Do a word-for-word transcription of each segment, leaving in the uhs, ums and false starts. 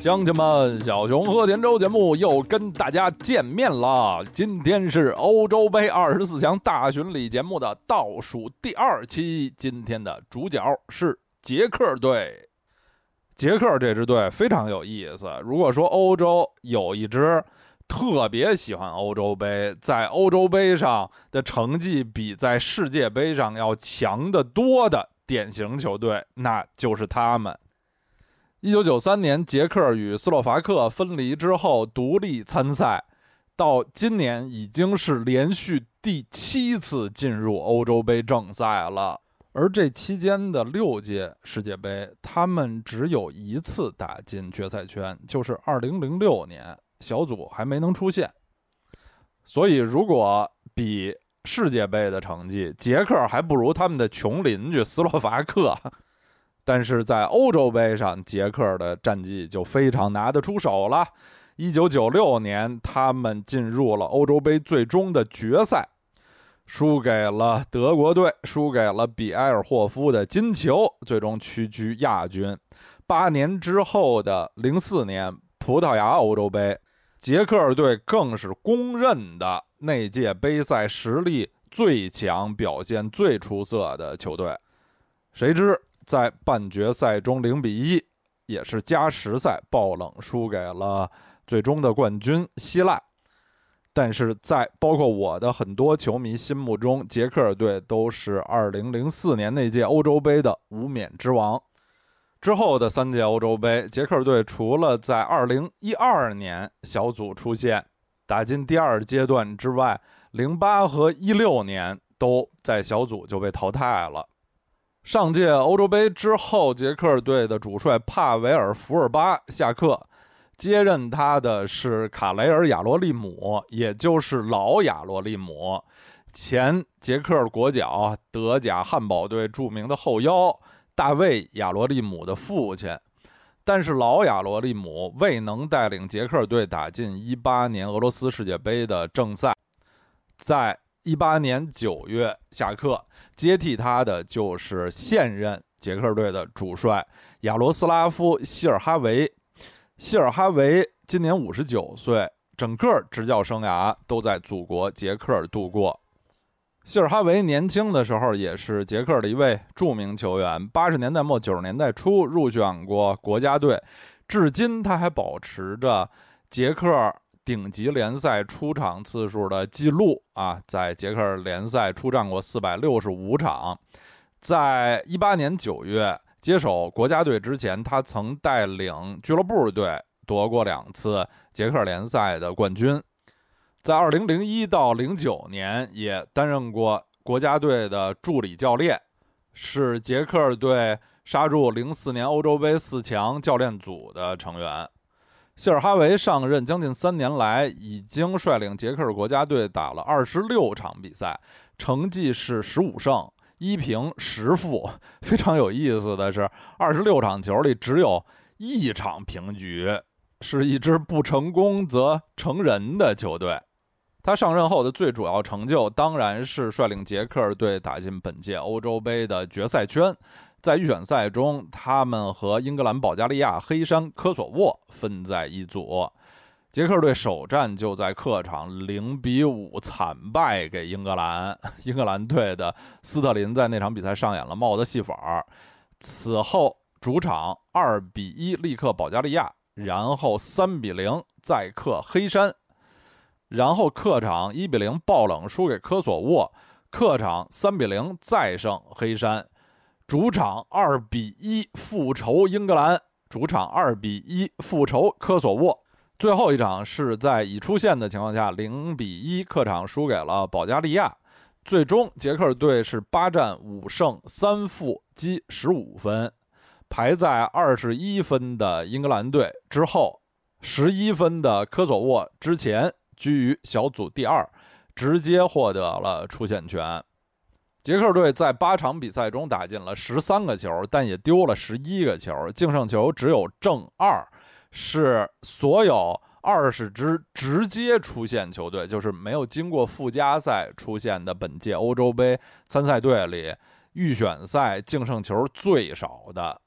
乡亲们，小熊和田周节目又跟大家见面了。今天是欧洲杯二十四强大巡礼节目的倒数第二期，今天的主角是捷克队。捷克这支队非常有意思，如果说欧洲有一支特别喜欢欧洲杯，在欧洲杯上的成绩比在世界杯上要强得多的典型球队，那就是他们。一九九三年捷克与斯洛伐克分离之后独立参赛，到今年已经是连续第七次进入欧洲杯正赛了。而这期间的六届世界杯，他们只有一次打进决赛圈，就是二零零六年，小组还没能出现。所以如果比世界杯的成绩，捷克还不如他们的穷邻居斯洛伐克。但是在欧洲杯上，捷克的战绩就非常拿得出手了。一九九六年，他们进入了欧洲杯最终的决赛，输给了德国队，输给了比埃尔霍夫的金球，最终屈居亚军。八年之后的零四年葡萄牙欧洲杯，捷克队更是公认的那届杯赛实力最强、表现最出色的球队。谁知在半决赛中零比一，也是加时赛爆冷输给了最终的冠军希腊。但是在包括我的很多球迷心目中，捷克队都是二零零四年那届欧洲杯的无冕之王。之后的三届欧洲杯，捷克队除了在二零一二年小组出现打进第二阶段之外，零八和一六年都在小组就被淘汰了。上届欧洲杯之后，捷克队的主帅帕维尔·福尔巴下课，接任他的是卡雷尔·亚罗利姆，也就是老亚罗利姆，前捷克国脚德甲汉堡队著名的后腰大卫·亚罗利姆的父亲。但是老亚罗利姆未能带领捷克队打进一八年俄罗斯世界杯的正赛，在一八年九月下课，接替他的就是现任捷克队的主帅亚罗斯拉夫·希尔哈维。希尔哈维今年五十九岁，整个执教生涯都在祖国捷克度过。希尔哈维年轻的时候也是捷克的一位著名球员，八十年代末九十年代初入选过国家队，至今他还保持着捷克顶级联赛出场次数的记录啊，在捷克联赛出战过四百六十五场。在一八年九月接手国家队之前，他曾带领俱乐部队夺过两次捷克联赛的冠军。在二零零一到零九年也担任过国家队的助理教练，是捷克队杀入零四年欧洲杯四强教练组的成员。希尔哈维上任将近三年来，已经率领捷克国家队打了二十六场比赛，成绩是十五胜一平十负。非常有意思的是，二十六场球里只有一场平局，是一支不成功则成仁的球队。他上任后的最主要成就当然是率领捷克队打进本届欧洲杯的决赛圈。在预选赛中，他们和英格兰、保加利亚、黑山、科索沃分在一组。捷克队首战就在客场零比五惨败给英格兰，英格兰队的斯特林在那场比赛上演了帽子戏法。此后主场二比一力克保加利亚，然后三比零再克黑山，然后客场一比零爆冷输给科索沃，客场三比零再胜黑山。主场二比一复仇英格兰，主场二比一复仇科索沃。最后一场是在已出线的情况下零比一客场输给了保加利亚。最终捷克队是八战五胜三负，积十五分，排在二十一分的英格兰队之后，十一分的科索沃之前，居于小组第二，直接获得了出线权。捷克队在八场比赛中打进了十三个球，但也丢了十一个球，净胜球只有正二，是所有二十支直接出线球队，就是没有经过附加赛出现的本届欧洲杯参赛队里，预选赛净胜球最少的。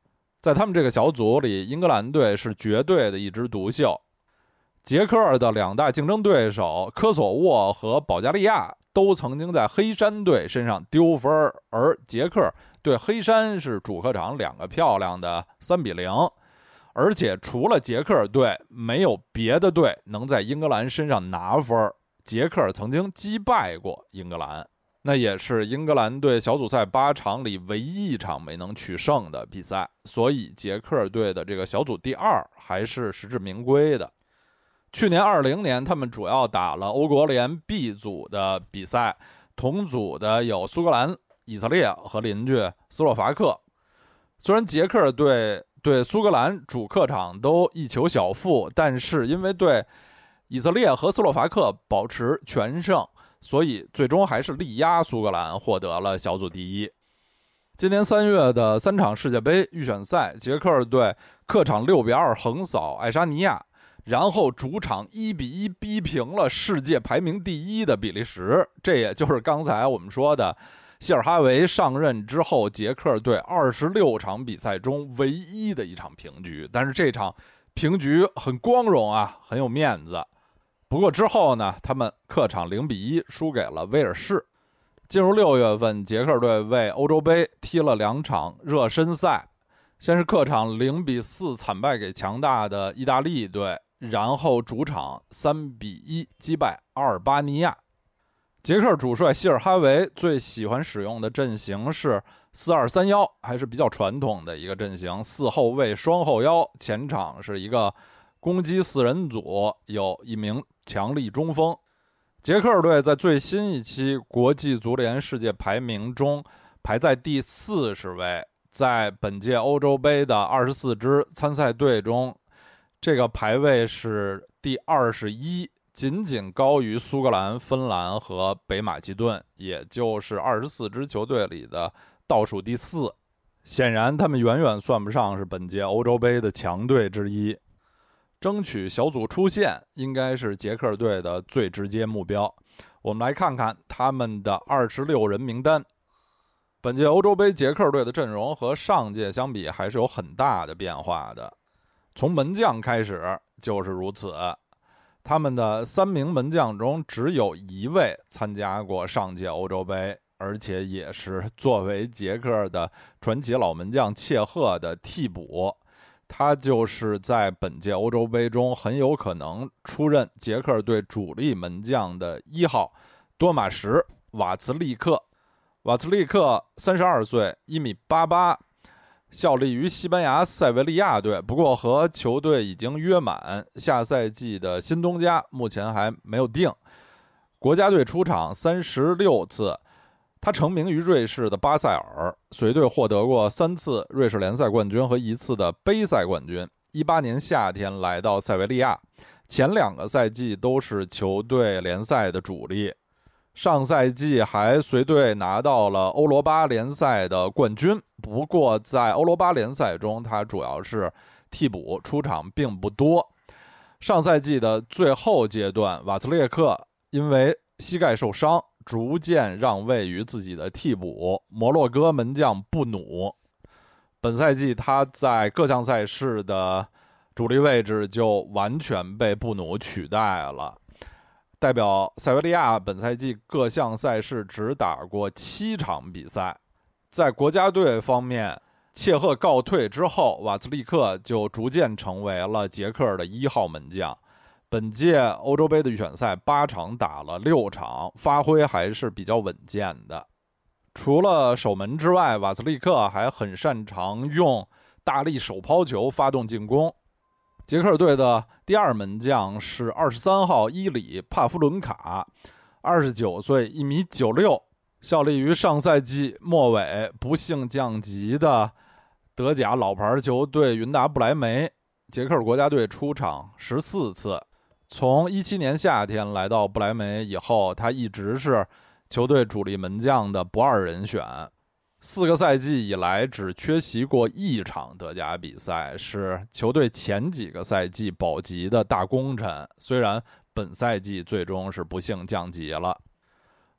在他们这个小组里，英格兰队是绝对的一枝独秀。捷克的两大竞争对手科索沃和保加利亚都曾经在黑山队身上丢分，而捷克对黑山是主客场两个漂亮的三比零，而且除了捷克队，没有别的队能在英格兰身上拿分。捷克曾经击败过英格兰，那也是英格兰队小组赛八场里唯一一场没能取胜的比赛，所以捷克队的这个小组第二还是实至名归的。去年二零年他们主要打了欧国联 B 组的比赛，同组的有苏格兰、以色列和邻居斯洛伐克。虽然捷克队对苏格兰主客场都一球小负，但是因为对以色列和斯洛伐克保持全胜，所以最终还是力压苏格兰，获得了小组第一。今年三月的三场世界杯预选赛，捷克队客场六比二横扫爱沙尼亚，然后主场一比一逼平了世界排名第一的比利时。这也就是刚才我们说的希尔哈维上任之后，捷克队二十六场比赛中唯一的一场平局。但是这场平局很光荣啊，很有面子。不过之后呢，他们客场零比一输给了威尔士。进入六月份，捷克队为欧洲杯踢了两场热身赛，先是客场零比四惨败给强大的意大利队，然后主场三比一击败阿尔巴尼亚。捷克主帅希尔哈维最喜欢使用的阵型是四二三一，还是比较传统的一个阵型，四后卫双后腰，前场是一个攻击四人组，有一名强力中锋。捷克队在最新一期国际足联世界排名中排在第四十位，在本届欧洲杯的二十四支参赛队中，这个排位是第二十一，仅仅高于苏格兰、芬兰和北马其顿，也就是二十四支球队里的倒数第四。显然他们远远算不上是本届欧洲杯的强队之一。争取小组出线应该是捷克队的最直接目标。我们来看看他们的二十六人名单。本届欧洲杯捷克队的阵容和上届相比还是有很大的变化的，从门将开始就是如此。他们的三名门将中只有一位参加过上届欧洲杯，而且也是作为捷克的传奇老门将切赫的替补。他就是在本届欧洲杯中很有可能出任捷克队主力门将的一号多马什·瓦茨利克。瓦茨利克三十二岁，一米八八，效力于西班牙塞维利亚队，不过和球队已经约满，下赛季的新东家目前还没有定。国家队出场三十六次，他成名于瑞士的巴塞尔，随队获得过三次瑞士联赛冠军和一次的杯赛冠军。一八年夏天来到塞维利亚，前两个赛季都是球队联赛的主力，上赛季还随队拿到了欧罗巴联赛的冠军。不过在欧罗巴联赛中，他主要是替补，出场并不多。上赛季的最后阶段，瓦茨列克因为膝盖受伤，逐渐让位于自己的替补摩洛哥门将布努。本赛季他在各项赛事的主力位置就完全被布努取代了，代表塞维利亚本赛季各项赛事只打过七场比赛。在国家队方面，切赫告退之后，瓦茨利克就逐渐成为了捷克的一号门将。本届欧洲杯的预选赛八场打了六场，发挥还是比较稳健的。除了守门之外，瓦茨利克还很擅长用大力手抛球发动进攻。捷克队的第二门将是二十三号伊里帕夫伦卡，二十九岁，一米九六，效力于上赛季末尾不幸降级的德甲老牌球队云达不莱梅。捷克国家队出场十四次，从一七年夏天来到不莱梅以后，他一直是球队主力门将的不二人选。四个赛季以来只缺席过一场德甲比赛，是球队前几个赛季保级的大功臣，虽然本赛季最终是不幸降级了。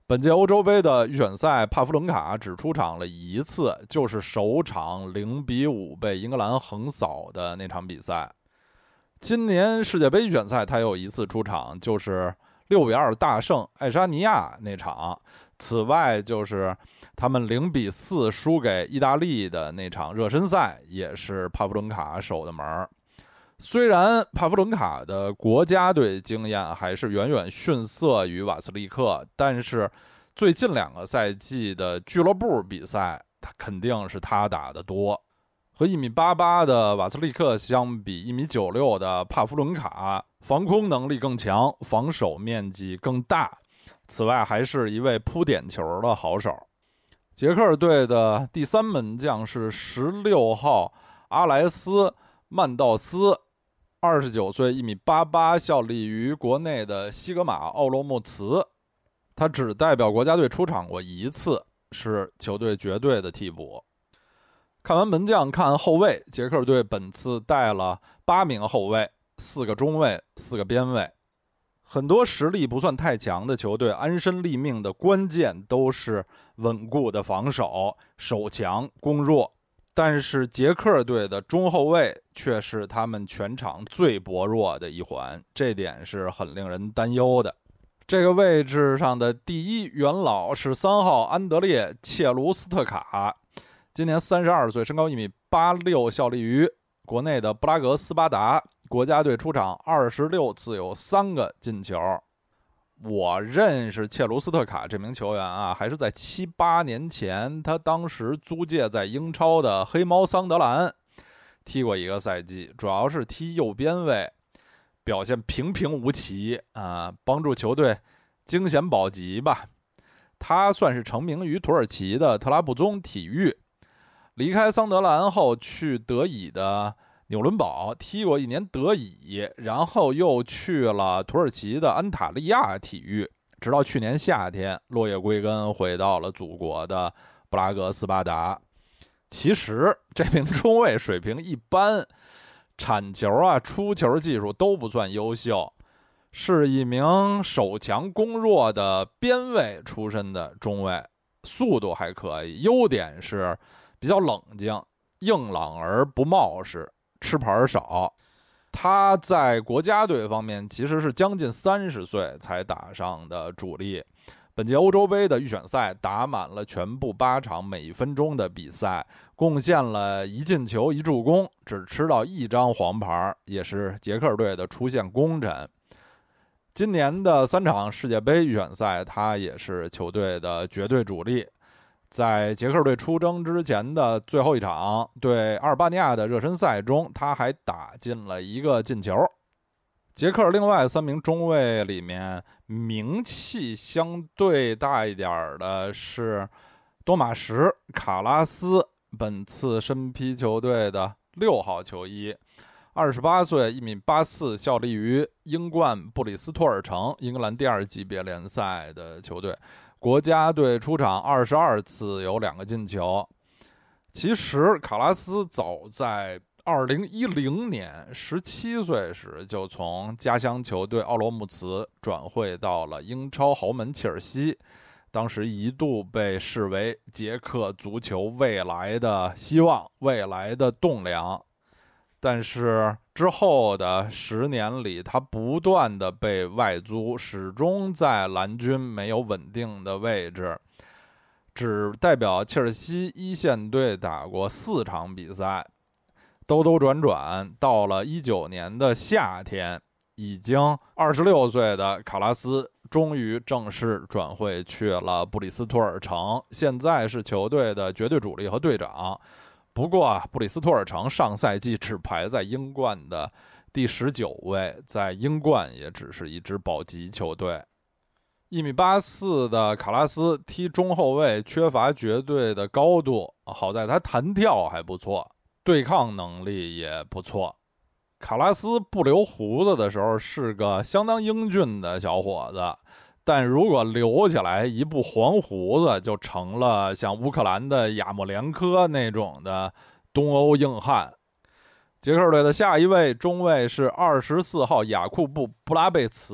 本届欧洲杯的预选赛，帕夫伦卡只出场了一次，就是首场零比五被英格兰横扫的那场比赛。今年世界杯预选赛他有一次出场，就是六比二大胜爱沙尼亚那场。此外，就是他们零比四输给意大利的那场热身赛，也是帕夫伦卡守的门。虽然帕夫伦卡的国家队经验还是远远逊色于瓦斯利克，但是最近两个赛季的俱乐部比赛，他肯定是他打得多。和一米八八的瓦斯利克相比，一米九六的帕夫伦卡防空能力更强，防守面积更大。此外，还是一位扑点球的好手。捷克队的第三门将是十六号阿莱斯曼道斯。二十九岁，一米八八，效力于国内的西格玛奥洛穆茨。他只代表国家队出场过一次，是球队绝对的替补。看完门将，看后卫，捷克队本次带了八名后卫，四个中卫，四个边卫。很多实力不算太强的球队安身立命的关键都是稳固的防守，守强攻弱。但是捷克队的中后卫却是他们全场最薄弱的一环，这点是很令人担忧的。这个位置上的第一元老是三号安德烈切卢斯特卡，今年三十二岁，身高一米八六，效力于国内的布拉格斯巴达，国家队出场二十六次，有三个进球。我认识切卢斯特卡这名球员啊，还是在七八年前，他当时租借在英超的黑猫桑德兰踢过一个赛季，主要是踢右边卫，表现平平无奇啊，帮助球队惊险保级吧。他算是成名于土耳其的特拉布宗体育，离开桑德兰后去德乙的纽伦堡踢过一年德乙，然后又去了土耳其的安塔利亚体育，直到去年夏天落叶归根，回到了祖国的布拉格斯巴达。其实这名中卫水平一般，铲球啊、出球技术都不算优秀，是一名守强攻弱的边卫出身的中卫，速度还可以，优点是比较冷静，硬朗而不冒失，吃牌少。他在国家队方面其实是将近三十岁才打上的主力。本届欧洲杯的预选赛打满了全部八场每分钟的比赛，贡献了一进球一助攻，只吃到一张黄牌，也是捷克队的出线功臣。今年的三场世界杯预选赛，他也是球队的绝对主力。在捷克队出征之前的最后一场对阿尔巴尼亚的热身赛中，他还打进了一个进球。捷克另外三名中卫里面名气相对大一点的是多马什、卡拉斯，本次身披球队的六号球衣，二十八岁，一米八四，效力于英冠布里斯托尔城，英格兰第二级别联赛的球队。国家队出场二十二次，有两个进球。其实卡拉斯早在二零一零年十七岁时就从家乡球队奥罗穆茨转会到了英超豪门切尔西，当时一度被视为捷克足球未来的希望，未来的栋梁。但是之后的十年里，他不断的被外租，始终在蓝军没有稳定的位置，只代表切尔西一线队打过四场比赛，兜兜转转到了一九年的夏天，已经二十六岁的卡拉斯终于正式转会去了布里斯托尔城，现在是球队的绝对主力和队长。不过啊，布里斯托尔城上赛季只排在英冠的第十九位，在英冠也只是一支保级球队。一米八四的卡拉斯踢中后卫缺乏绝对的高度，好在他弹跳还不错，对抗能力也不错。卡拉斯不留胡子的时候是个相当英俊的小伙子，但如果留起来一部黄胡子，就成了像乌克兰的亚莫连科那种的东欧硬汉。捷克队的下一位中卫是二十四号雅库布布拉贝茨，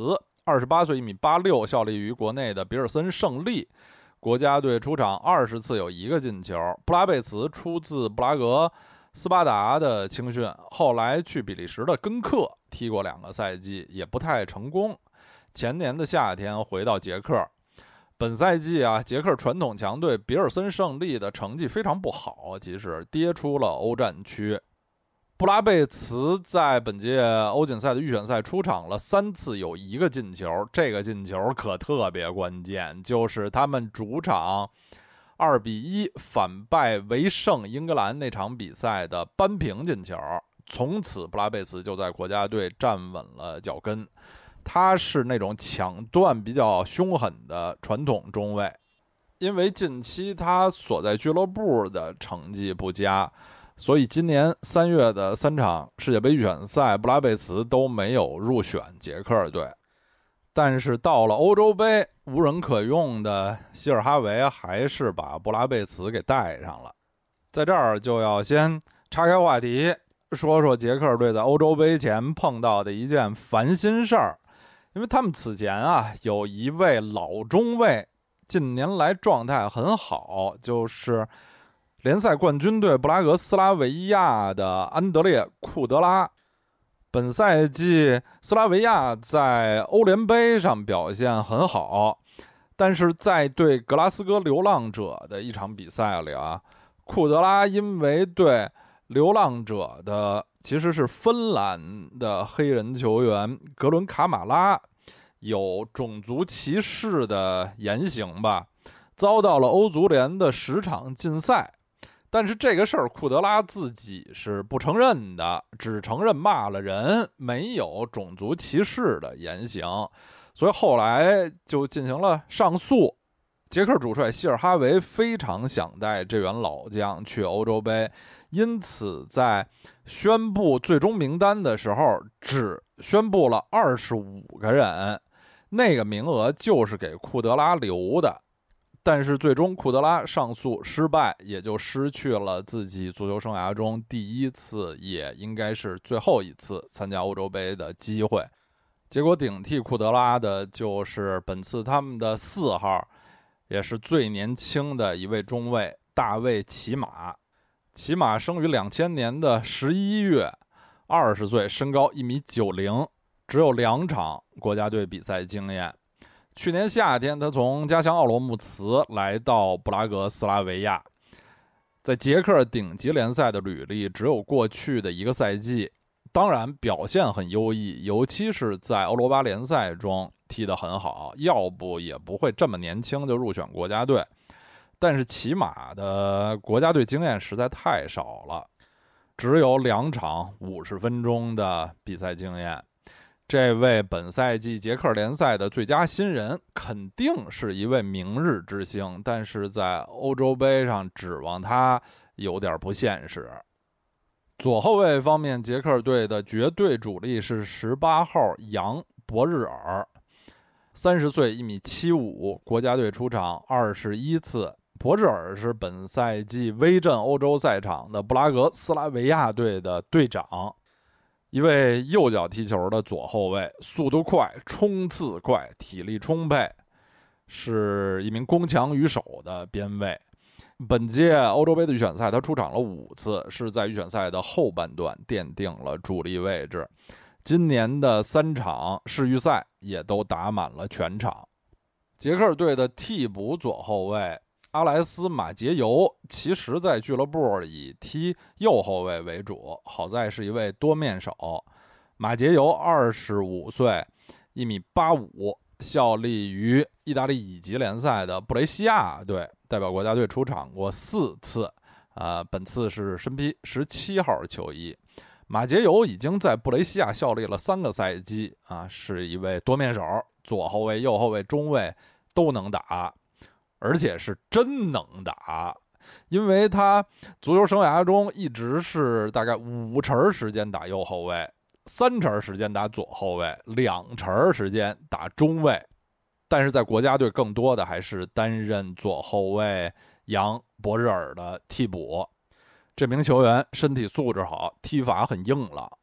二十八岁一米八六，效力于国内的比尔森胜利。国家队出场二十次有一个进球。布拉贝茨出自布拉格斯巴达的青训，后来去比利时的根克踢过两个赛季，也不太成功。前年的夏天回到捷克。本赛季啊，捷克传统强队比尔森胜利的成绩非常不好，其实跌出了欧战区。布拉贝茨在本届欧锦赛的预选赛出场了三次，有一个进球。这个进球可特别关键，就是他们主场二比一反败为胜英格兰那场比赛的扳平进球。从此布拉贝茨就在国家队站稳了脚跟。他是那种抢断比较凶狠的传统中卫，因为近期他所在俱乐部的成绩不佳，所以今年三月的三场世界杯预选赛，布拉贝茨都没有入选捷克队。但是到了欧洲杯，无人可用的希尔哈维还是把布拉贝茨给带上了。在这儿就要先岔开话题，说说捷克队在欧洲杯前碰到的一件烦心事儿。因为他们此前啊有一位老中卫近年来状态很好，就是联赛冠军队布拉格斯拉维亚的安德烈库德拉。本赛季斯拉维亚在欧联杯上表现很好，但是在对格拉斯哥流浪者的一场比赛里啊，库德拉因为对流浪者的其实是芬兰的黑人球员格伦卡马拉有种族歧视的言行吧，遭到了欧足联的十场禁赛。但是这个事儿库德拉自己是不承认的，只承认骂了人，没有种族歧视的言行，所以后来就进行了上诉。捷克主帅希尔哈维非常想带这员老将去欧洲杯，因此在宣布最终名单的时候只宣布了二十五个人，那个名额就是给库德拉留的。但是最终库德拉上诉失败，也就失去了自己足球生涯中第一次也应该是最后一次参加欧洲杯的机会。结果顶替库德拉的就是本次他们的四号，也是最年轻的一位中卫大卫齐马。齐马生于两千年的十一月，二十岁，身高一米九零，只有两场国家队比赛经验。去年夏天，他从家乡奥罗穆茨来到布拉格斯拉维亚，在捷克顶级联赛的履历只有过去的一个赛季，当然表现很优异，尤其是在欧罗巴联赛中踢得很好，要不也不会这么年轻就入选国家队。但是齐马的国家队经验实在太少了，只有两场五十分钟的比赛经验。这位本赛季捷克联赛的最佳新人肯定是一位明日之星，但是在欧洲杯上指望他有点不现实。左后卫方面，捷克队的绝对主力是十八号杨博日尔，三十岁，一米七五，国家队出场二十一次。博日尔是本赛季威震欧洲赛场的布拉格斯拉维亚队的队长，一位右脚踢球的左后卫，速度快，冲刺快，体力充沛，是一名攻强于守的边卫。本届欧洲杯的预选赛他出场了五次，是在预选赛的后半段奠定了主力位置。今年的三场世预赛也都打满了全场。捷克队的替补左后卫阿莱斯马杰尤，其实在俱乐部以踢右后卫为主，好在是一位多面手。马杰尤二十五岁，一米八五，效力于意大利乙级联赛的布雷西亚队，代表国家队出场过四次，呃，本次是身披十七号球衣。马杰尤已经在布雷西亚效力了三个赛季啊，是一位多面手，左后卫、右后卫、中卫都能打。而且是真能打，因为他足球生涯中一直是大概五成时间打右后卫，三成时间打左后卫，两成时间打中卫。但是在国家队更多的还是担任左后卫杨博日尔的替补。这名球员身体素质好，踢法很硬朗。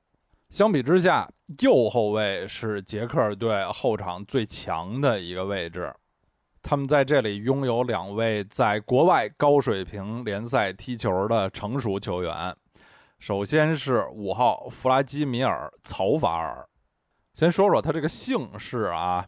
相比之下，右后卫是捷克队后场最强的一个位置。他们在这里拥有两位在国外高水平联赛踢球的成熟球员。首先是五号弗拉基米尔·曹法尔。先说说他这个姓氏啊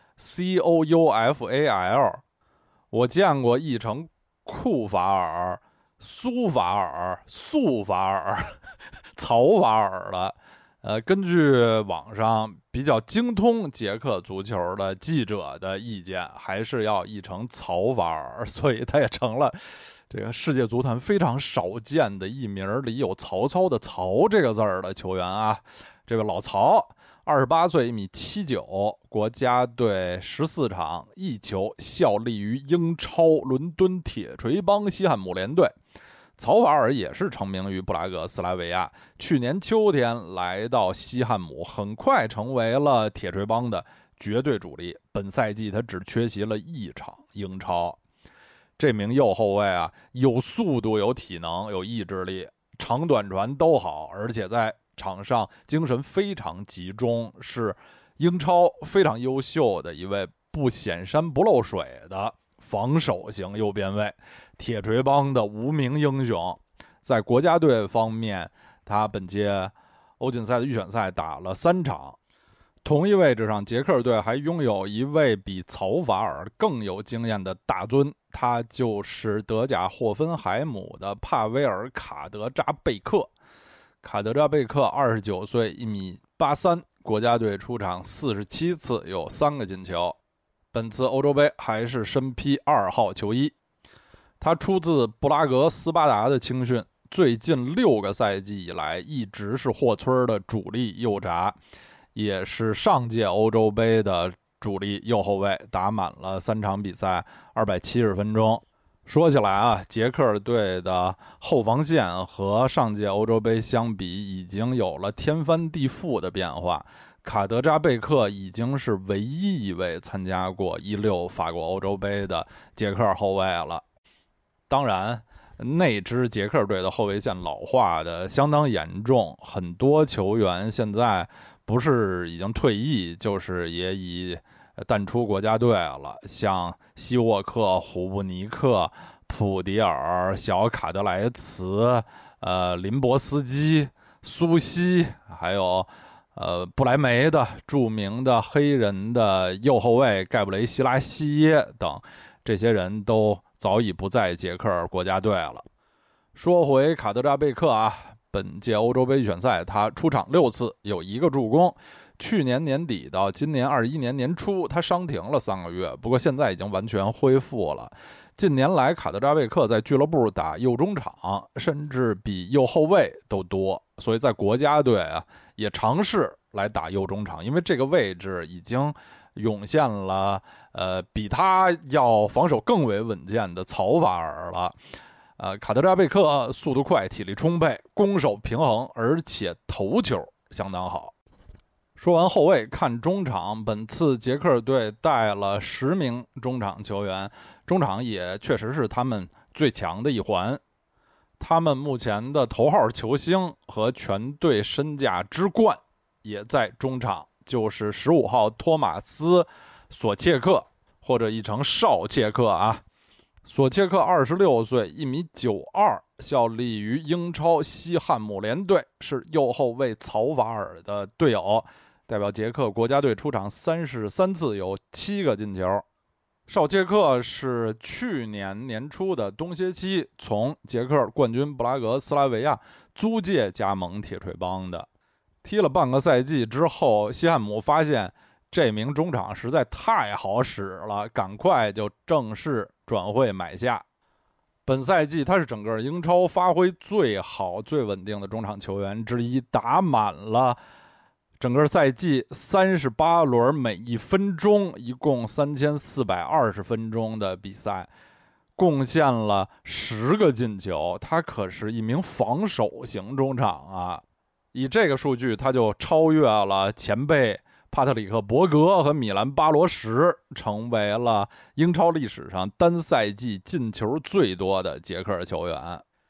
，C O U F A L。我见过译成库法尔、苏法尔、素法尔、曹法尔的。呃，根据网上比较精通捷克足球的记者的意见，还是要译成曹法尔，所以他也成了这个世界足坛非常少见的译名里有曹操的曹这个字儿的球员啊。这个老曹二十八岁，一米七九，国家队十四场，一球，效力于英超伦敦铁锤帮西汉姆联队。曹法尔也是成名于布拉格斯拉维亚，去年秋天来到西汉姆，很快成为了铁锤帮的绝对主力。本赛季他只缺席了一场英超。这名右后卫啊，有速度、有体能、有意志力，长短传都好，而且在场上精神非常集中，是英超非常优秀的一位不显山不漏水的防守型右边卫，铁锤帮的无名英雄。在国家队方面，他本届欧锦赛的预选赛打了三场。同一位置上，捷克队还拥有一位比曹法尔更有经验的大尊，他就是德甲霍芬海姆的帕威尔·卡德扎贝克。卡德扎贝克二十九岁，一米八三，国家队出场四十七次，有三个进球。本次欧洲杯还是身披二号球衣。他出自布拉格斯巴达的青训，最近六个赛季以来一直是霍村的主力右闸，也是上届欧洲杯的主力右后卫，打满了三场比赛，二百七十分钟。说起来啊，捷克队的后防线和上届欧洲杯相比，已经有了天翻地覆的变化。卡德扎贝克已经是唯一一位参加过一六法国欧洲杯的捷克后卫了。当然，那支捷克队的后卫线老化的相当严重，很多球员现在不是已经退役，就是也已淡出国家队了，像希沃克、胡布尼克、普迪尔、小卡德莱茨、呃林博斯基、苏西，还有呃布莱梅的著名的黑人的右后卫盖布雷希拉西耶等，这些人都早已不在捷克国家队了。说回卡德扎贝克啊，本届欧洲杯预选赛他出场六次，有一个助攻。去年年底到今年二一年年初，他伤停了三个月，不过现在已经完全恢复了。近年来，卡德扎贝克在俱乐部打右中场，甚至比右后卫都多，所以在国家队啊也尝试来打右中场，因为这个位置已经涌现了呃比他要防守更为稳健的曹法尔了。呃，卡德扎贝克速度快，体力充沛，攻守平衡，而且头球相当好。说完后卫，看中场，本次捷克队带了十名中场球员，中场也确实是他们最强的一环。他们目前的头号球星和全队身价之冠也在中场，就是十五号托马斯·索切克，或者译成绍切克啊。索切克二十六岁，一米九二，效力于英超西汉姆联队，是右后卫曹法尔的队友，代表捷克国家队出场三十三次，有七个进球。绍切克是去年年初的冬歇期从捷克冠军布拉格斯拉维亚租借加盟铁锤帮的，踢了半个赛季之后，西汉姆发现这名中场实在太好使了，赶快就正式转会买下。本赛季他是整个英超发挥最好最稳定的中场球员之一，打满了整个赛季三十八轮，每一分钟一共三千四百二十分钟的比赛，贡献了十个进球。他可是一名防守型中场啊，以这个数据他就超越了前辈帕特里克·伯格和米兰·巴罗什，成为了英超历史上单赛季进球最多的捷克球员。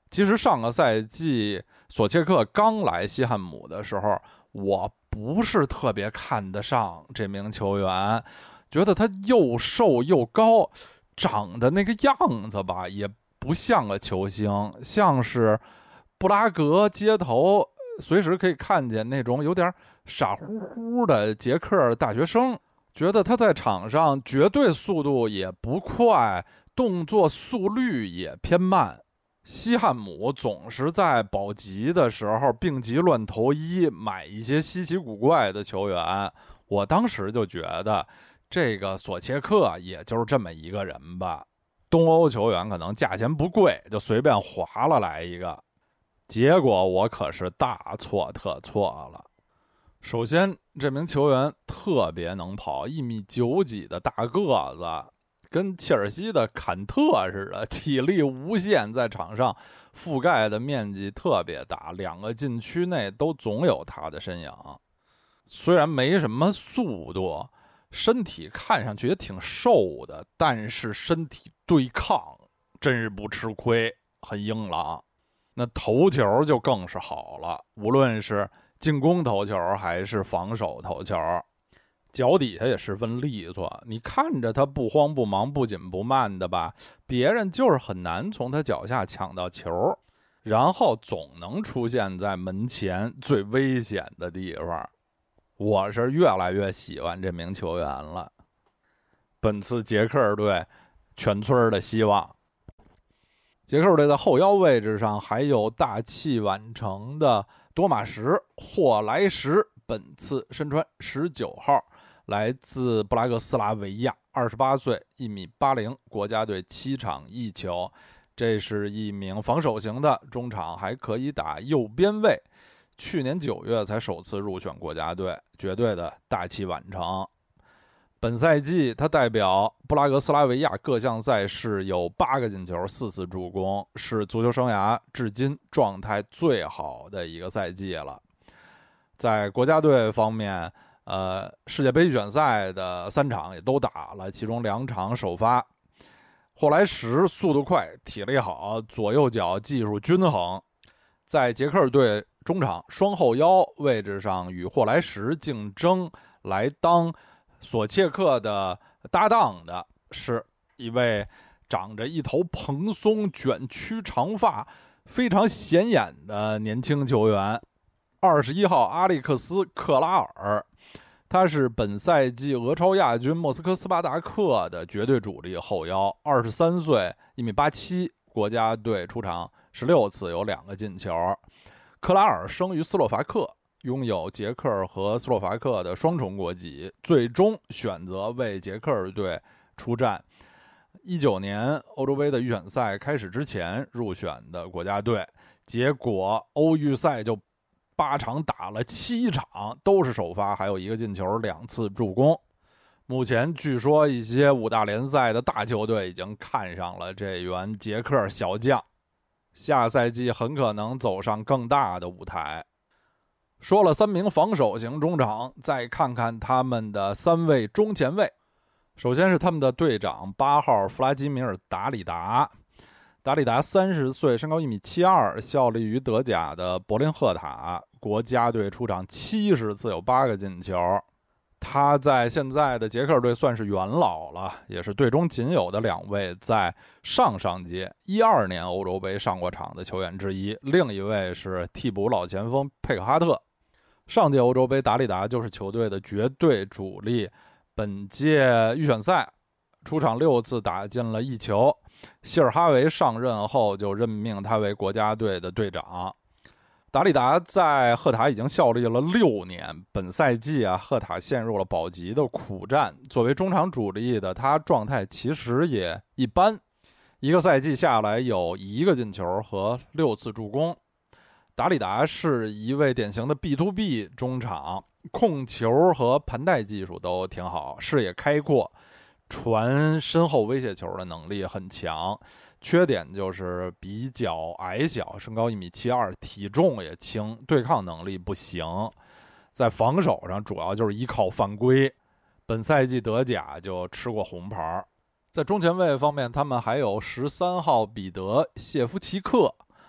其实上个赛季索切克刚来西汉姆的时候，我不是特别看得上这名球员，觉得他又瘦又高，长得那个样子吧，也不像个球星，像是布拉格街头随时可以看见那种有点傻乎乎的捷克大学生。觉得他在场上绝对速度也不快，动作速率也偏慢。西汉姆总是在保级的时候病急乱投医，买一些稀奇古怪的球员。我当时就觉得这个索切克也就是这么一个人吧，东欧球员可能价钱不贵，就随便划了来一个。结果我可是大错特错了。首先，这名球员特别能跑，一米九几的大个子，跟切尔西的坎特似的，体力无限，在场上覆盖的面积特别大，两个禁区内都总有他的身影。虽然没什么速度，身体看上去也挺瘦的，但是身体对抗真是不吃亏，很硬朗。那头球就更是好了，无论是进攻头球还是防守头球，脚底下也十分利索。你看着他不慌不忙不紧不慢的吧，别人就是很难从他脚下抢到球，然后总能出现在门前最危险的地方。我是越来越喜欢这名球员了，本次捷克队全村的希望。捷克队的后腰位置上还有大器晚成的多马什霍莱什，本次身穿十九号，来自布拉格斯拉维亚，二十八岁，一米八零，国家队七场一球。这是一名防守型的中场，还可以打右边卫，去年九月才首次入选国家队，绝对的大器晚成。本赛季他代表布拉格斯拉维亚各项赛事有八个进球，四次助攻，是足球生涯至今状态最好的一个赛季了。在国家队方面，呃，世界杯预选赛的三场也都打了，其中两场首发。霍莱什速度快，体力好，左右脚技术均衡，在捷克队中场双后腰位置上与霍莱什竞争，来当索切克的搭档的是一位长着一头蓬松卷曲长发，非常显眼的年轻球员，二十一号阿历克斯·克拉尔。他是本赛季俄超亚军莫斯科斯巴达克的绝对主力后腰，二十三岁，一米八七，国家队出场十六次，有两个进球。克拉尔生于斯洛伐克，拥有捷克和斯洛伐克的双重国籍，最终选择为捷克队出战。一九年欧洲杯的预选赛开始之前入选的国家队，结果欧预赛就八场打了七场，都是首发，还有一个进球，两次助攻。目前据说一些五大联赛的大球队已经看上了这员捷克小将，下赛季很可能走上更大的舞台。说了三名防守型中场，再看看他们的三位中前卫。首先是他们的队长八号弗拉基米尔·达里达。达里达三十岁，身高一米七二，效力于德甲的柏林赫塔，国家队出场七十次，有八个进球。他在现在的捷克队算是元老了，也是队中仅有的两位在上上届一二年欧洲杯上过场的球员之一，另一位是替补老前锋佩克哈特。上届欧洲杯达里达就是球队的绝对主力，本届预选赛出场六次，打进了一球。希尔哈维上任后就任命他为国家队的队长。达里达在赫塔已经效力了六年，本赛季啊，赫塔陷入了保级的苦战。作为中场主力的他，状态其实也一般，一个赛季下来有一个进球和六次助攻。达里达是一位典型的 B to B 中场，控球和盘带技术都挺好，视野开阔，传身后威胁球的能力很强，缺点就是比较矮小，身高一米七二，体重也轻，对抗能力不行，在防守上主要就是依靠犯规，本赛季德甲就吃过红牌。在中前卫方面，他们还有十三号彼得谢夫奇克，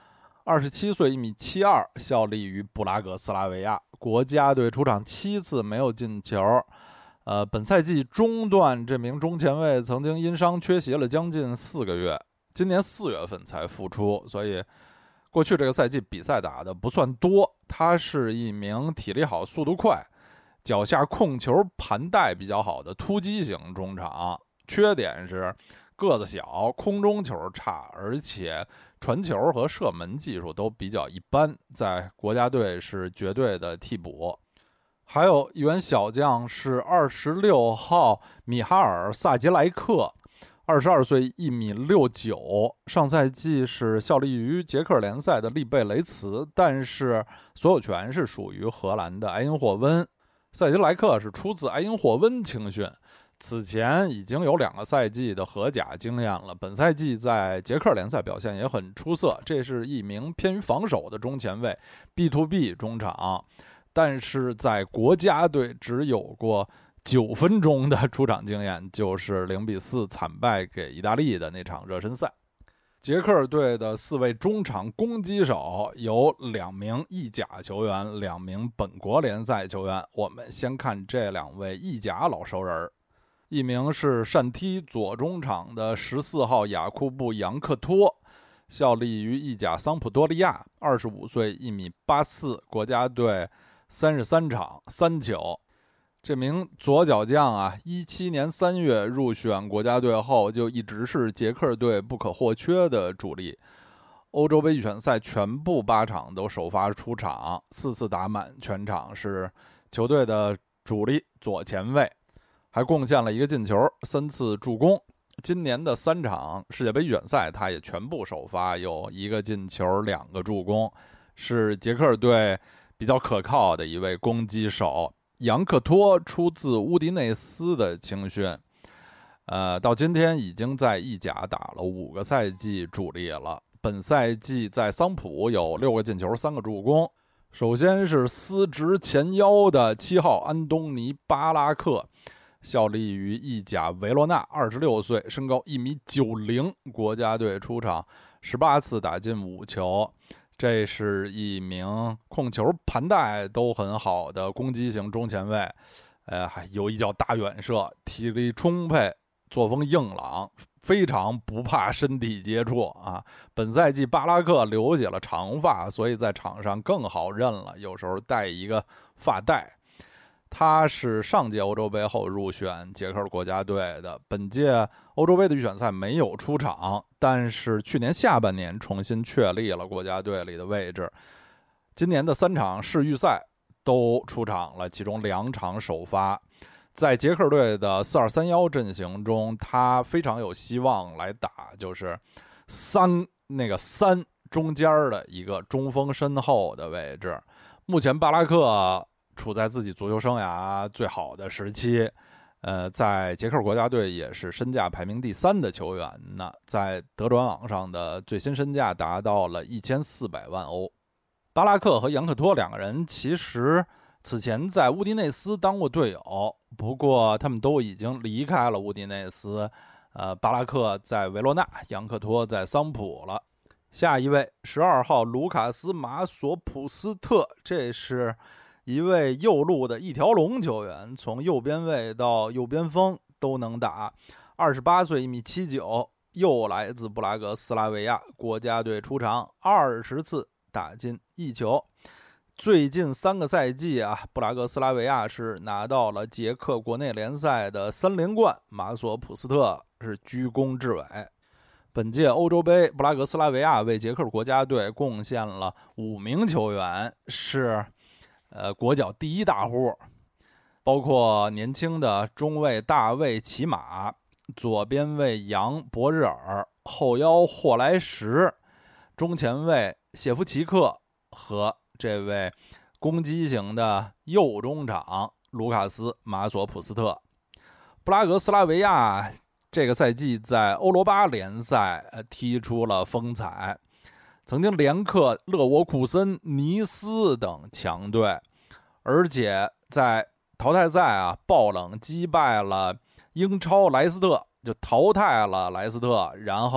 二十七岁，一米七二，效力于布拉格斯拉维亚，国家队出场七次没有进球。呃，本赛季中段，这名中前卫曾经因伤缺席了将近四个月，今年四月份才复出，所以过去这个赛季比赛打的不算多。他是一名体力好、速度快、脚下控球盘带比较好的突击型中场，缺点是个子小，空中球差，而且传球和射门技术都比较一般，在国家队是绝对的替补。还有一员小将是二十六号米哈尔·萨杰莱克，二十二岁，一米六九，上赛季是效力于捷克联赛的利贝雷茨，但是所有权是属于荷兰的埃因霍温。萨杰莱克是出自埃因霍温青训，此前已经有两个赛季的荷甲经验了，本赛季在捷克联赛表现也很出色。这是一名偏于防守的中前卫 B to B 中场，但是在国家队只有过九分钟的出场经验，就是零比四惨败给意大利的那场热身赛。捷克队的四位中场攻击手有两名意甲球员，两名本国联赛球员。我们先看这两位意甲老熟人，一名是善踢左中场的十四号雅库布·扬克托，效力于意甲桑普多利亚，二十五岁，一米八四，国家队三十三场三球。这名左脚将啊，一七年三月入选国家队后，就一直是捷克队不可或缺的主力。欧洲杯预选赛全部八场都首发出场，四次打满全场，是球队的主力左前卫，还贡献了一个进球，三次助攻。今年的三场世界杯预选赛，他也全部首发，有一个进球，两个助攻，是捷克队比较可靠的一位攻击手。扬克托出自乌迪内斯的青训，呃，到今天已经在意甲打了五个赛季主力了。本赛季在桑普有六个进球，三个助攻。首先是司职前腰的七号安东尼·巴拉克，效力于意甲维罗纳，二十六岁，身高一米九零，国家队出场十八次，打进五球。这是一名控球盘带都很好的攻击型中前卫，呃，还有一脚大远射，体力充沛，作风硬朗，非常不怕身体接触啊。本赛季巴拉克留起了长发，所以在场上更好认了，有时候带一个发带。他是上届欧洲杯后入选捷克国家队的，本届欧洲杯的预选赛没有出场，但是去年下半年重新确立了国家队里的位置。今年的三场世预赛都出场了，其中两场首发。在捷克队的四二三一阵型中，他非常有希望来打，就是三那个三中间的一个中锋身后的位置。目前巴拉克处在自己足球生涯最好的时期，呃，在捷克国家队也是身价排名第三的球员呢，在德转网上的最新身价达到了一千四百万欧。巴拉克和扬克托两个人其实此前在乌迪内斯当过队友，不过他们都已经离开了乌迪内斯，呃，巴拉克在维罗纳，扬克托在桑普了。下一位十二号卢卡斯·马索普斯特，这是一位右路的一条龙球员，从右边卫到右边锋都能打。二十八岁，一米七九，又来自布拉格斯拉维亚，国家队出场二十次，打进一球。最近三个赛季啊，布拉格斯拉维亚是拿到了捷克国内联赛的三连冠，马索普斯特是居功至伟。本届欧洲杯，布拉格斯拉维亚为捷克国家队贡献了五名球员，是呃，国脚第一大户，包括年轻的中卫大卫齐马，左边卫杨博日尔，后腰霍莱什，中前卫谢夫奇克和这位攻击型的右中场卢卡斯·马索普斯特。布拉格斯拉维亚这个赛季在欧罗巴联赛踢出了风采，曾经连克勒沃库森、尼斯等强队，而且在淘汰赛啊爆冷击败了英超莱斯特，就淘汰了莱斯特，然后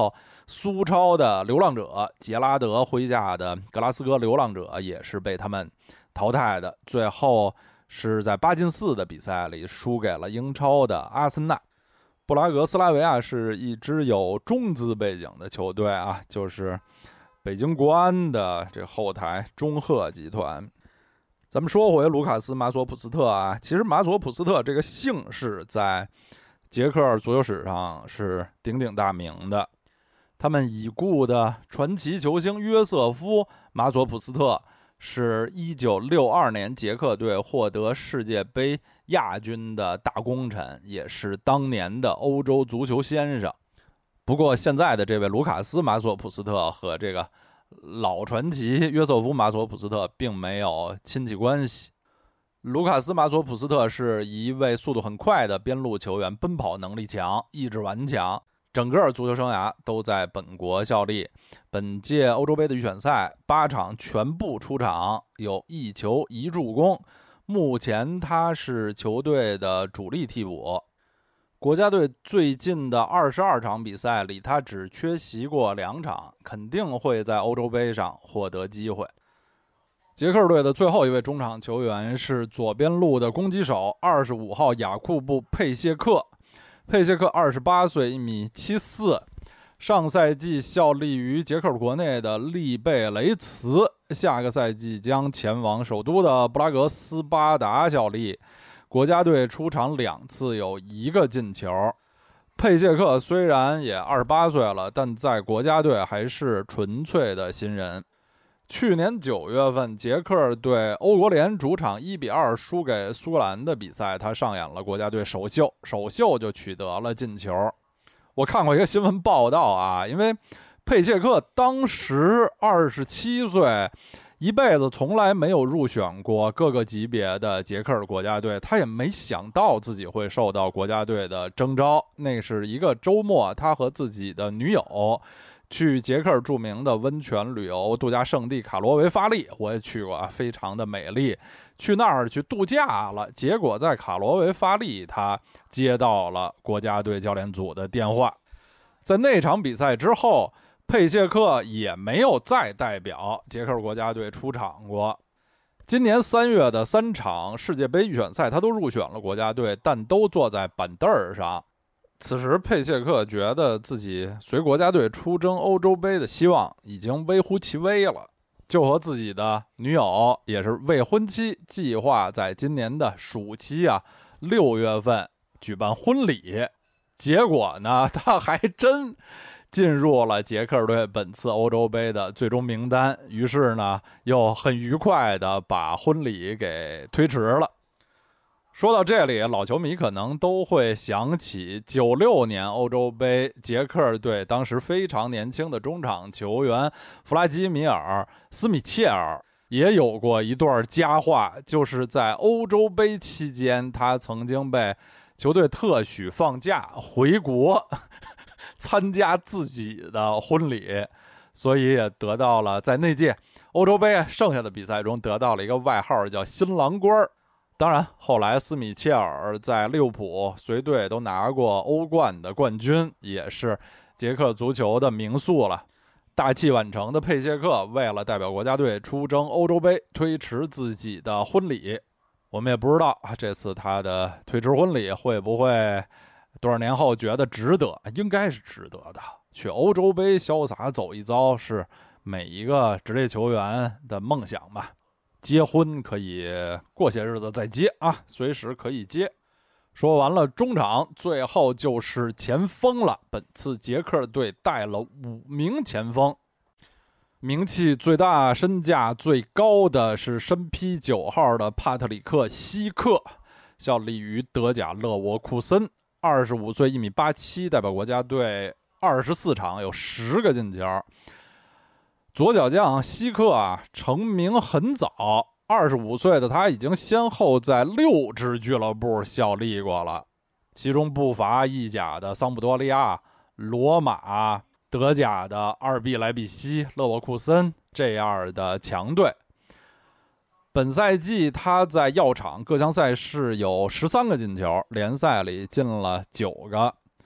苏超的流浪者，杰拉德麾下的格拉斯哥流浪者也是被他们淘汰的，最后是在八进四的比赛里输给了英超的阿森纳。布拉格斯拉维亚是一支有中资背景的球队啊，就是北京国安的这后台中赫集团。咱们说回卢卡斯马索普斯特啊，其实马索普斯特这个姓氏在捷克足球史上是鼎鼎大名的。他们已故的传奇球星约瑟夫马索普斯特是一九六二年捷克队获得世界杯亚军的大功臣，也是当年的欧洲足球先生。不过现在的这位卢卡斯马索普斯特和这个老传奇约瑟夫马索普斯特并没有亲戚关系。卢卡斯马索普斯特是一位速度很快的边路球员，奔跑能力强，意志顽强，整个足球生涯都在本国效力。本届欧洲杯的预选赛八场全部出场，有一球一助攻，目前他是球队的主力替补。国家队最近的二十二场比赛里，他只缺席过两场，肯定会在欧洲杯上获得机会。捷克队的最后一位中场球员是左边路的攻击手二十五号雅库布佩谢克。佩谢克二十八岁，一米七四，上赛季效力于捷克国内的利贝雷茨，下个赛季将前往首都的布拉格斯巴达效力。国家队出场两次，有一个进球。佩谢克虽然也二十八岁了，但在国家队还是纯粹的新人。去年九月份，捷克对欧国联主场一比二输给苏格兰的比赛，他上演了国家队首秀，首秀就取得了进球。我看过一个新闻报道啊，因为佩谢克当时二十七岁。一辈子从来没有入选过各个级别的捷克国家队，他也没想到自己会受到国家队的征召。那是一个周末，他和自己的女友去捷克著名的温泉旅游度假胜地卡罗维发利，我也去过，非常的美丽。去那儿去度假了，结果在卡罗维发利，他接到了国家队教练组的电话。在那场比赛之后，佩谢克也没有再代表捷克国家队出场过。今年三月的三场世界杯预选赛，他都入选了国家队，但都坐在板凳上。此时佩谢克觉得自己随国家队出征欧洲杯的希望已经微乎其微了，就和自己的女友也是未婚妻计划在今年的暑期啊六月份举办婚礼。结果呢，他还真进入了捷克队本次欧洲杯的最终名单，于是呢，又很愉快地把婚礼给推迟了。说到这里，老球迷可能都会想起九六年欧洲杯捷克队当时非常年轻的中场球员弗拉基米尔·斯米切尔也有过一段佳话，就是在欧洲杯期间，他曾经被球队特许放假回国参加自己的婚礼，所以也得到了在那届欧洲杯剩下的比赛中得到了一个外号叫新郎官。当然后来斯米切尔在利物浦随队都拿过欧冠的冠军，也是捷克足球的名宿了。大器晚成的佩谢克为了代表国家队出征欧洲杯推迟自己的婚礼，我们也不知道这次他的推迟婚礼会不会多少年后觉得值得，应该是值得的。去欧洲杯潇洒走一遭是每一个职业球员的梦想吧。结婚可以过些日子再接啊，随时可以接。说完了中场，最后就是前锋了。本次捷克队带了五名前锋，名气最大、身价最高的是身披九号的帕特里克·希克，效力于德甲勒沃库森。二十五岁，一米八七，代表国家队二十四场，有十个进球。左脚将希克啊，成名很早，二十五岁的他已经先后在六支俱乐部效力过了，其中不乏意甲的桑普多利亚、罗马、德甲的阿尔毕莱比锡、勒沃库森这样的强队。本赛季他在药厂各项赛事有十三个进球，联赛里进了九个。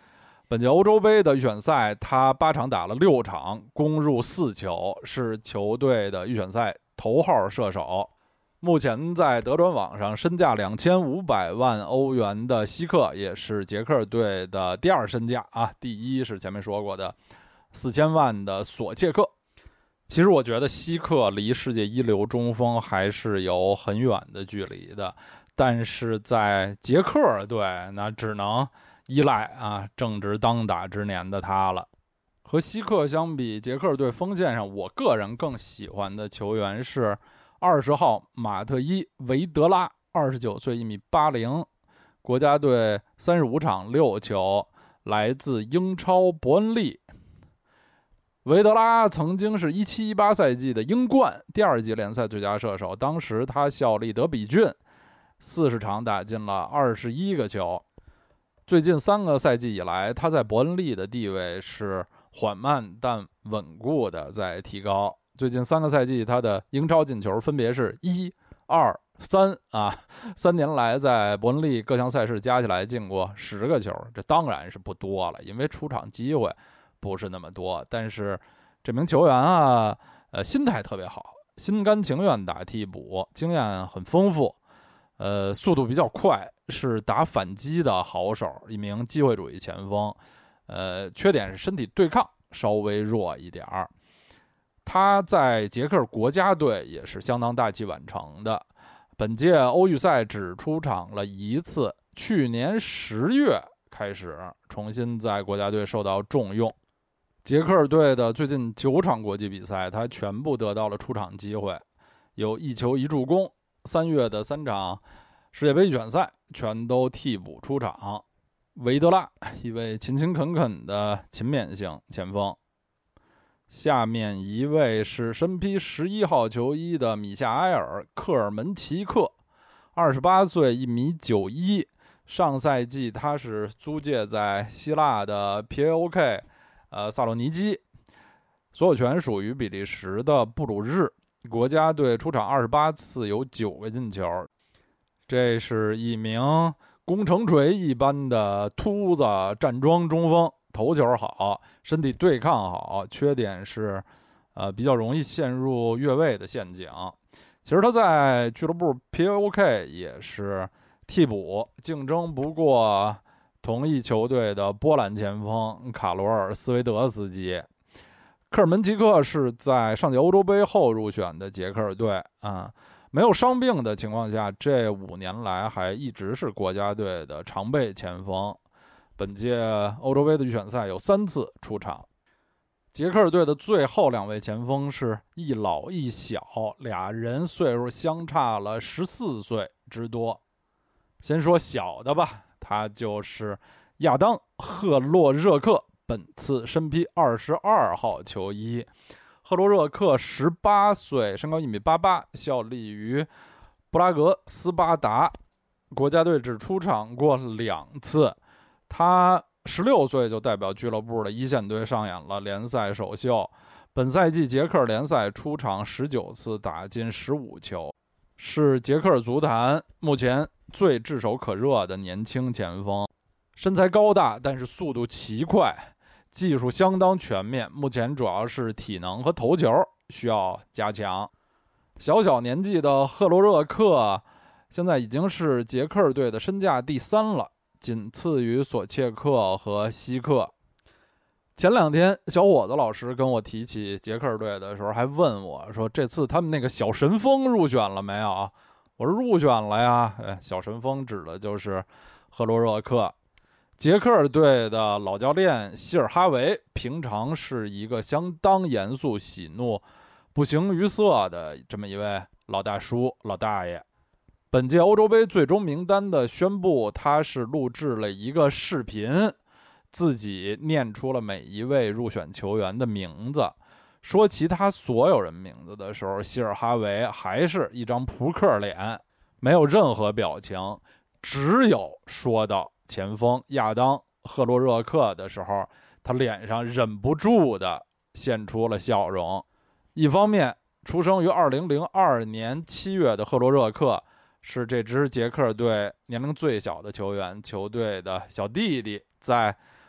本届欧洲杯的预选赛，他八场打了六场，攻入四球，是球队的预选赛头号射手。目前在德转网上身价两千五百万欧元的希克，也是捷克队的第二身价啊，第一是前面说过的四千万的索切克。其实我觉得希克离世界一流中锋还是有很远的距离的，但是在捷克队那只能依赖啊正值当打之年的他了。和希克相比，捷克队锋线上我个人更喜欢的球员是二十号马特伊维德拉，二十九岁，一米八零，国家队三十五场六球，来自英超伯恩利。维德拉曾经是一七一八赛季的英冠第二级联赛最佳射手，当时他效力德比郡，四十场打进了二十一个球。最近三个赛季以来，他在伯恩利的地位是缓慢但稳固的在提高。最近三个赛季，他的英超进球分别是一、二、三啊，三年来在伯恩利各项赛事加起来进过十个球，这当然是不多了，因为出场机会不是那么多。但是这名球员啊，呃，心态特别好，心甘情愿打替补，经验很丰富，呃，速度比较快，是打反击的好手，一名机会主义前锋。呃，缺点是身体对抗稍微弱一点儿。他在捷克国家队也是相当大器晚成的，本届欧预赛只出场了一次，去年十月开始重新在国家队受到重用。捷克队的最近九场国际比赛，他全部得到了出场机会，有一球一助攻。三月的三场世界杯预选赛全都替补出场。维德拉，一位勤勤恳恳的勤勉型前锋。下面一位是身披十一号球衣的米夏埃尔·科尔门奇克，二十八岁，一米九一。上赛季他是租借在希腊的 P A O K 呃萨洛尼基，所有权属于比利时的布鲁日。国家队出场二十八次，有九个进球。这是一名工程锤一般的秃子站桩中锋，头球好，身体对抗好，缺点是呃比较容易陷入越位的陷阱。其实他在俱乐部 P A O K 也是替补，竞争不过同一球队的波兰前锋卡罗尔·斯维德斯基。科尔门奇克是在上届欧洲杯后入选的捷克队啊，没有伤病的情况下，这五年来还一直是国家队的常备前锋。本届欧洲杯的预选赛有三次出场。捷克队的最后两位前锋是一老一小，俩人岁数相差了十四岁之多。先说小的吧，他就是亚当·赫洛热克，本次身披二十二号球衣。赫洛热克十八岁，身高一米八八，效力于布拉格斯巴达，国家队只出场过两次。他十六岁就代表俱乐部的一线队上演了联赛首秀。本赛季捷克联赛出场十九次，打进十五球，是捷克足坛目前最炙手可热的年轻前锋。身材高大，但是速度奇快，技术相当全面，目前主要是体能和头球需要加强。小小年纪的赫罗热克现在已经是捷克队的身价第三了，仅次于索切克和希克。前两天小伙子老师跟我提起捷克队的时候，还问我说这次他们那个小神锋入选了没有？我说入选了呀。哎，小神锋指的就是赫罗热克。捷克队的老教练希尔哈维平常是一个相当严肃喜怒不形于色的这么一位老大叔老大爷。本届欧洲杯最终名单的宣布，他是录制了一个视频，自己念出了每一位入选球员的名字。说其他所有人名字的时候，希尔哈维还是一张扑克脸，没有任何表情，只有说到前锋亚当·赫洛热克的时候，他脸上忍不住的现出了笑容。一方面，出生于二零零二年七月的赫罗热克是这支捷克队年龄最小的球员，球队的小弟弟在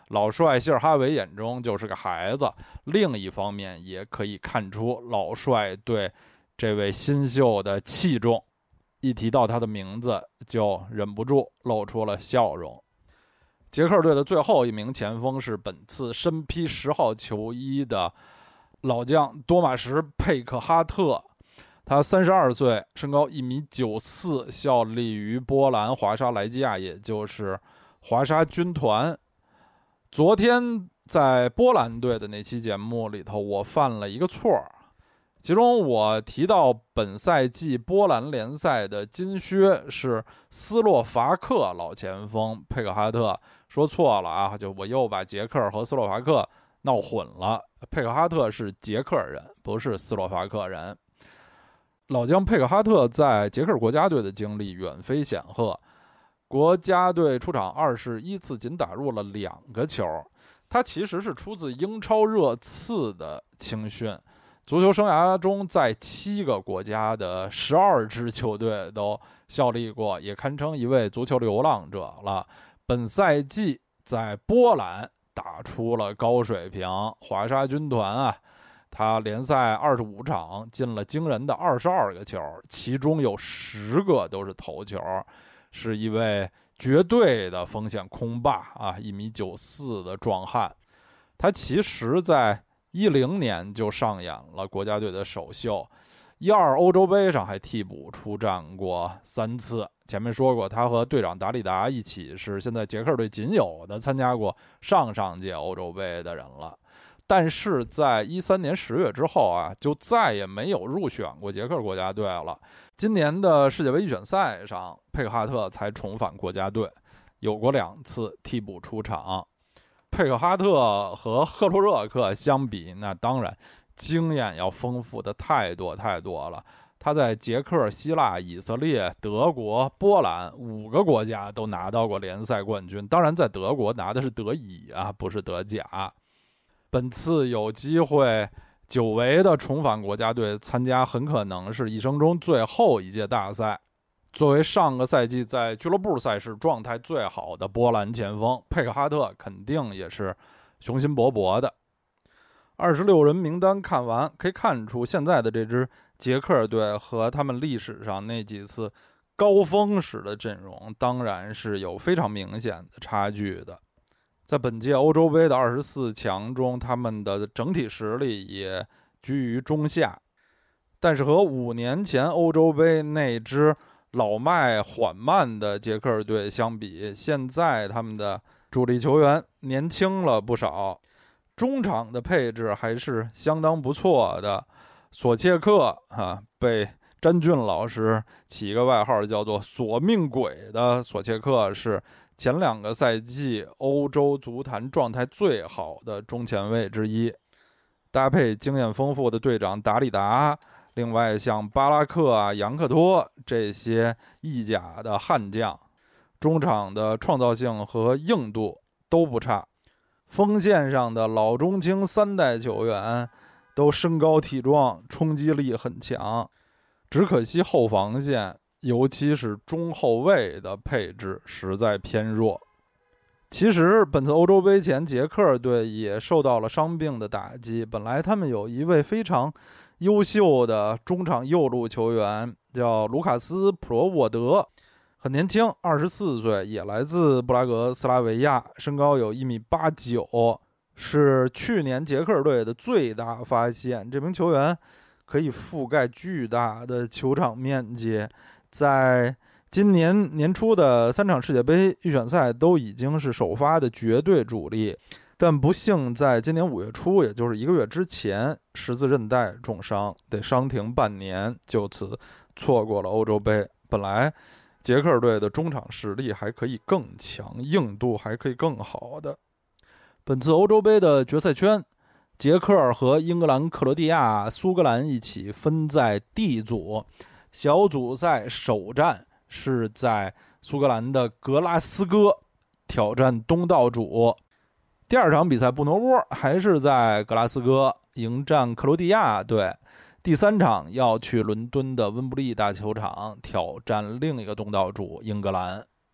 老帅希尔哈维眼中就是个孩子，另一方面也可以看出老帅对这位新秀的器重，一提到他的名字就忍不住露出了笑容。捷克队的最后一名前锋是本次身披十号球衣的老将多马什·佩克哈特，他三十二岁，身高一米九四，效力于波兰华沙莱基亚，也就是华沙军团。昨天在波兰队的那期节目里头，我犯了一个错，其中我提到本赛季波兰联赛的金靴是斯洛伐克老前锋佩克哈特，说错了啊，就我又把捷克和斯洛伐克闹混了。佩克哈特是捷克人，不是斯洛伐克人。老将佩克哈特在捷克国家队的经历远非显赫，国家队出场二十一次，仅打入了两个球。他其实是出自英超热刺的青训，足球生涯中在七个国家的十二支球队都效力过，也堪称一位足球流浪者了。本赛季在波兰打出了高水平，华沙军团啊，他联赛二十五场进了惊人的二十二个球，其中有十个都是头球，是一位绝对的锋线空霸啊，一米九四的壮汉。他其实在一零年就上演了国家队的首秀，一二欧洲杯上还替补出战过三次。前面说过，他和队长达里达一起是现在捷克队仅有的参加过上上届欧洲杯的人了。但是在一三年十月之后啊，就再也没有入选过捷克国家队了。今年的世界杯预选赛上，佩克哈特才重返国家队，有过两次替补出场。佩克哈特和赫鲁热克相比，那当然经验要丰富的太多太多了。他在捷克、希腊、以色列、德国、波兰五个国家都拿到过联赛冠军，当然在德国拿的是德乙啊，不是德甲。本次有机会久违的重返国家队参加，很可能是一生中最后一届大赛。作为上个赛季在俱乐部赛事状态最好的波兰前锋，佩克哈特肯定也是雄心勃勃的。二十六人名单看完，可以看出现在的这支捷克队和他们历史上那几次高峰时的阵容当然是有非常明显的差距的。在本届欧洲杯的二十四强中，他们的整体实力也居于中下，但是和五年前欧洲杯那支老迈缓慢的捷克队相比，现在他们的主力球员年轻了不少，中场的配置还是相当不错的。索切克啊，被詹俊老师起一个外号叫做索命鬼的索切克，是前两个赛季欧洲足坛状态最好的中前卫之一，搭配经验丰富的队长达里达，另外像巴拉克啊、杨克托这些意甲的悍将，中场的创造性和硬度都不差。锋线上的老中青三代球员都身高体壮，冲击力很强，只可惜后防线尤其是中后卫的配置实在偏弱。其实本次欧洲杯前，捷克队也受到了伤病的打击，本来他们有一位非常优秀的中场右路球员叫卢卡斯·普罗沃德，很年轻，二十四岁，也来自布拉格斯拉维亚，身高有一米八九，是去年捷克队的最大发现。这名球员可以覆盖巨大的球场面积，在今年年初的三场世界杯预选赛都已经是首发的绝对主力，但不幸在今年五月初，也就是一个月之前，十字韧带重伤，得伤停半年，就此错过了欧洲杯。本来捷克队的中场实力还可以更强，硬度还可以更好的。本次欧洲杯的决赛圈，捷克和英格兰、克罗地亚、苏格兰一起分在 D 组，小组赛首战是在苏格兰的格拉斯哥挑战东道主。第二场比赛布挪窝还是在格拉斯哥迎战克罗地亚队。第三场要去伦敦的温布利大球场挑战另一个东道主英格兰。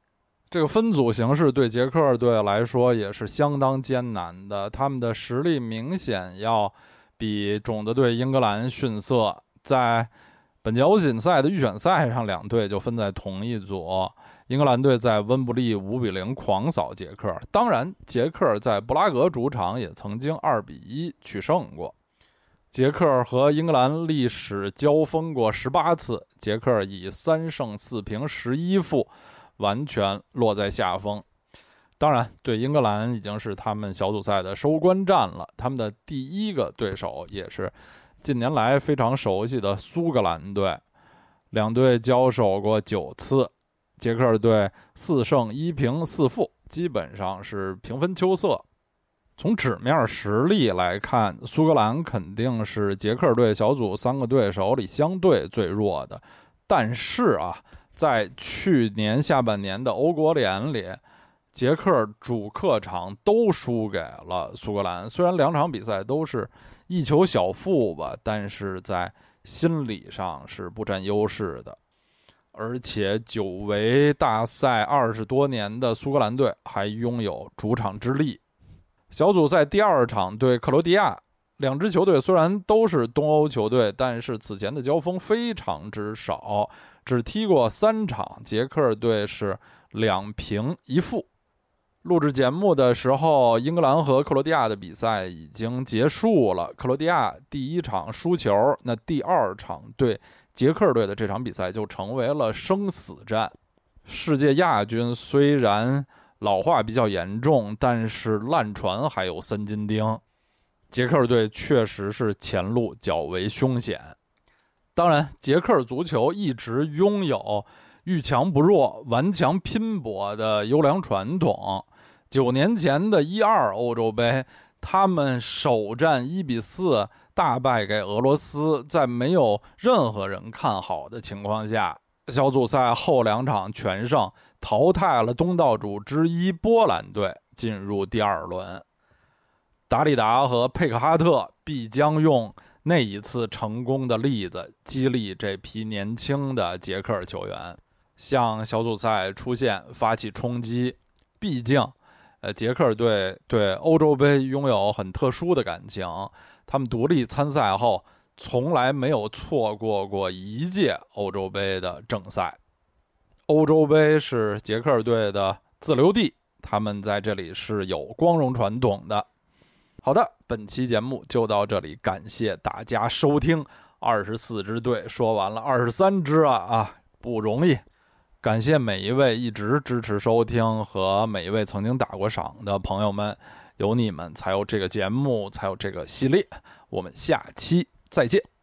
这个分组形式对捷克队来说也是相当艰难的，他们的实力明显要比种子队英格兰逊色。在本届欧锦赛的预选赛上，两队就分在同一组。英格兰队在温布利五比零狂扫捷克，当然捷克在布拉格主场也曾经二比一取胜过。捷克和英格兰历史交锋过十八次，捷克以三胜四平十一负完全落在下风。当然对英格兰已经是他们小组赛的收官战了，他们的第一个对手也是近年来非常熟悉的苏格兰队，两队交手过九次，捷克队四胜一平四负，基本上是平分秋色。从纸面实力来看，苏格兰肯定是捷克队小组三个对手里相对最弱的，但是啊，在去年下半年的欧国联里，捷克主客场都输给了苏格兰，虽然两场比赛都是一球小负吧，但是在心理上是不占优势的。而且久违大赛二十多年的苏格兰队还拥有主场之利。小组赛第二场对克罗地亚，两支球队虽然都是东欧球队，但是此前的交锋非常之少，只踢过三场，捷克队是两平一负。录制节目的时候，英格兰和克罗地亚的比赛已经结束了。克罗地亚第一场输球，那第二场对捷克队的这场比赛就成为了生死战。世界亚军虽然老化比较严重，但是烂船还有三斤钉。捷克队确实是前路较为凶险。当然，捷克足球一直拥有遇强不弱、顽强拼搏的优良传统。九年前的一二欧洲杯，他们首战一比四大败给俄罗斯，在没有任何人看好的情况下，小组赛后两场全胜，淘汰了东道主之一波兰队，进入第二轮。达里达和佩克哈特必将用那一次成功的例子激励这批年轻的捷克球员，向小组赛出现发起冲击。毕竟呃，捷克队对欧洲杯拥有很特殊的感情，他们独立参赛后从来没有错过过一届欧洲杯的正赛。欧洲杯是捷克队的自留地，他们在这里是有光荣传统的。好的，本期节目就到这里，感谢大家收听。二十四支队说完了二十三支啊啊，不容易。感谢每一位一直支持收听和每一位曾经打过赏的朋友们，有你们才有这个节目，才有这个系列。我们下期再见。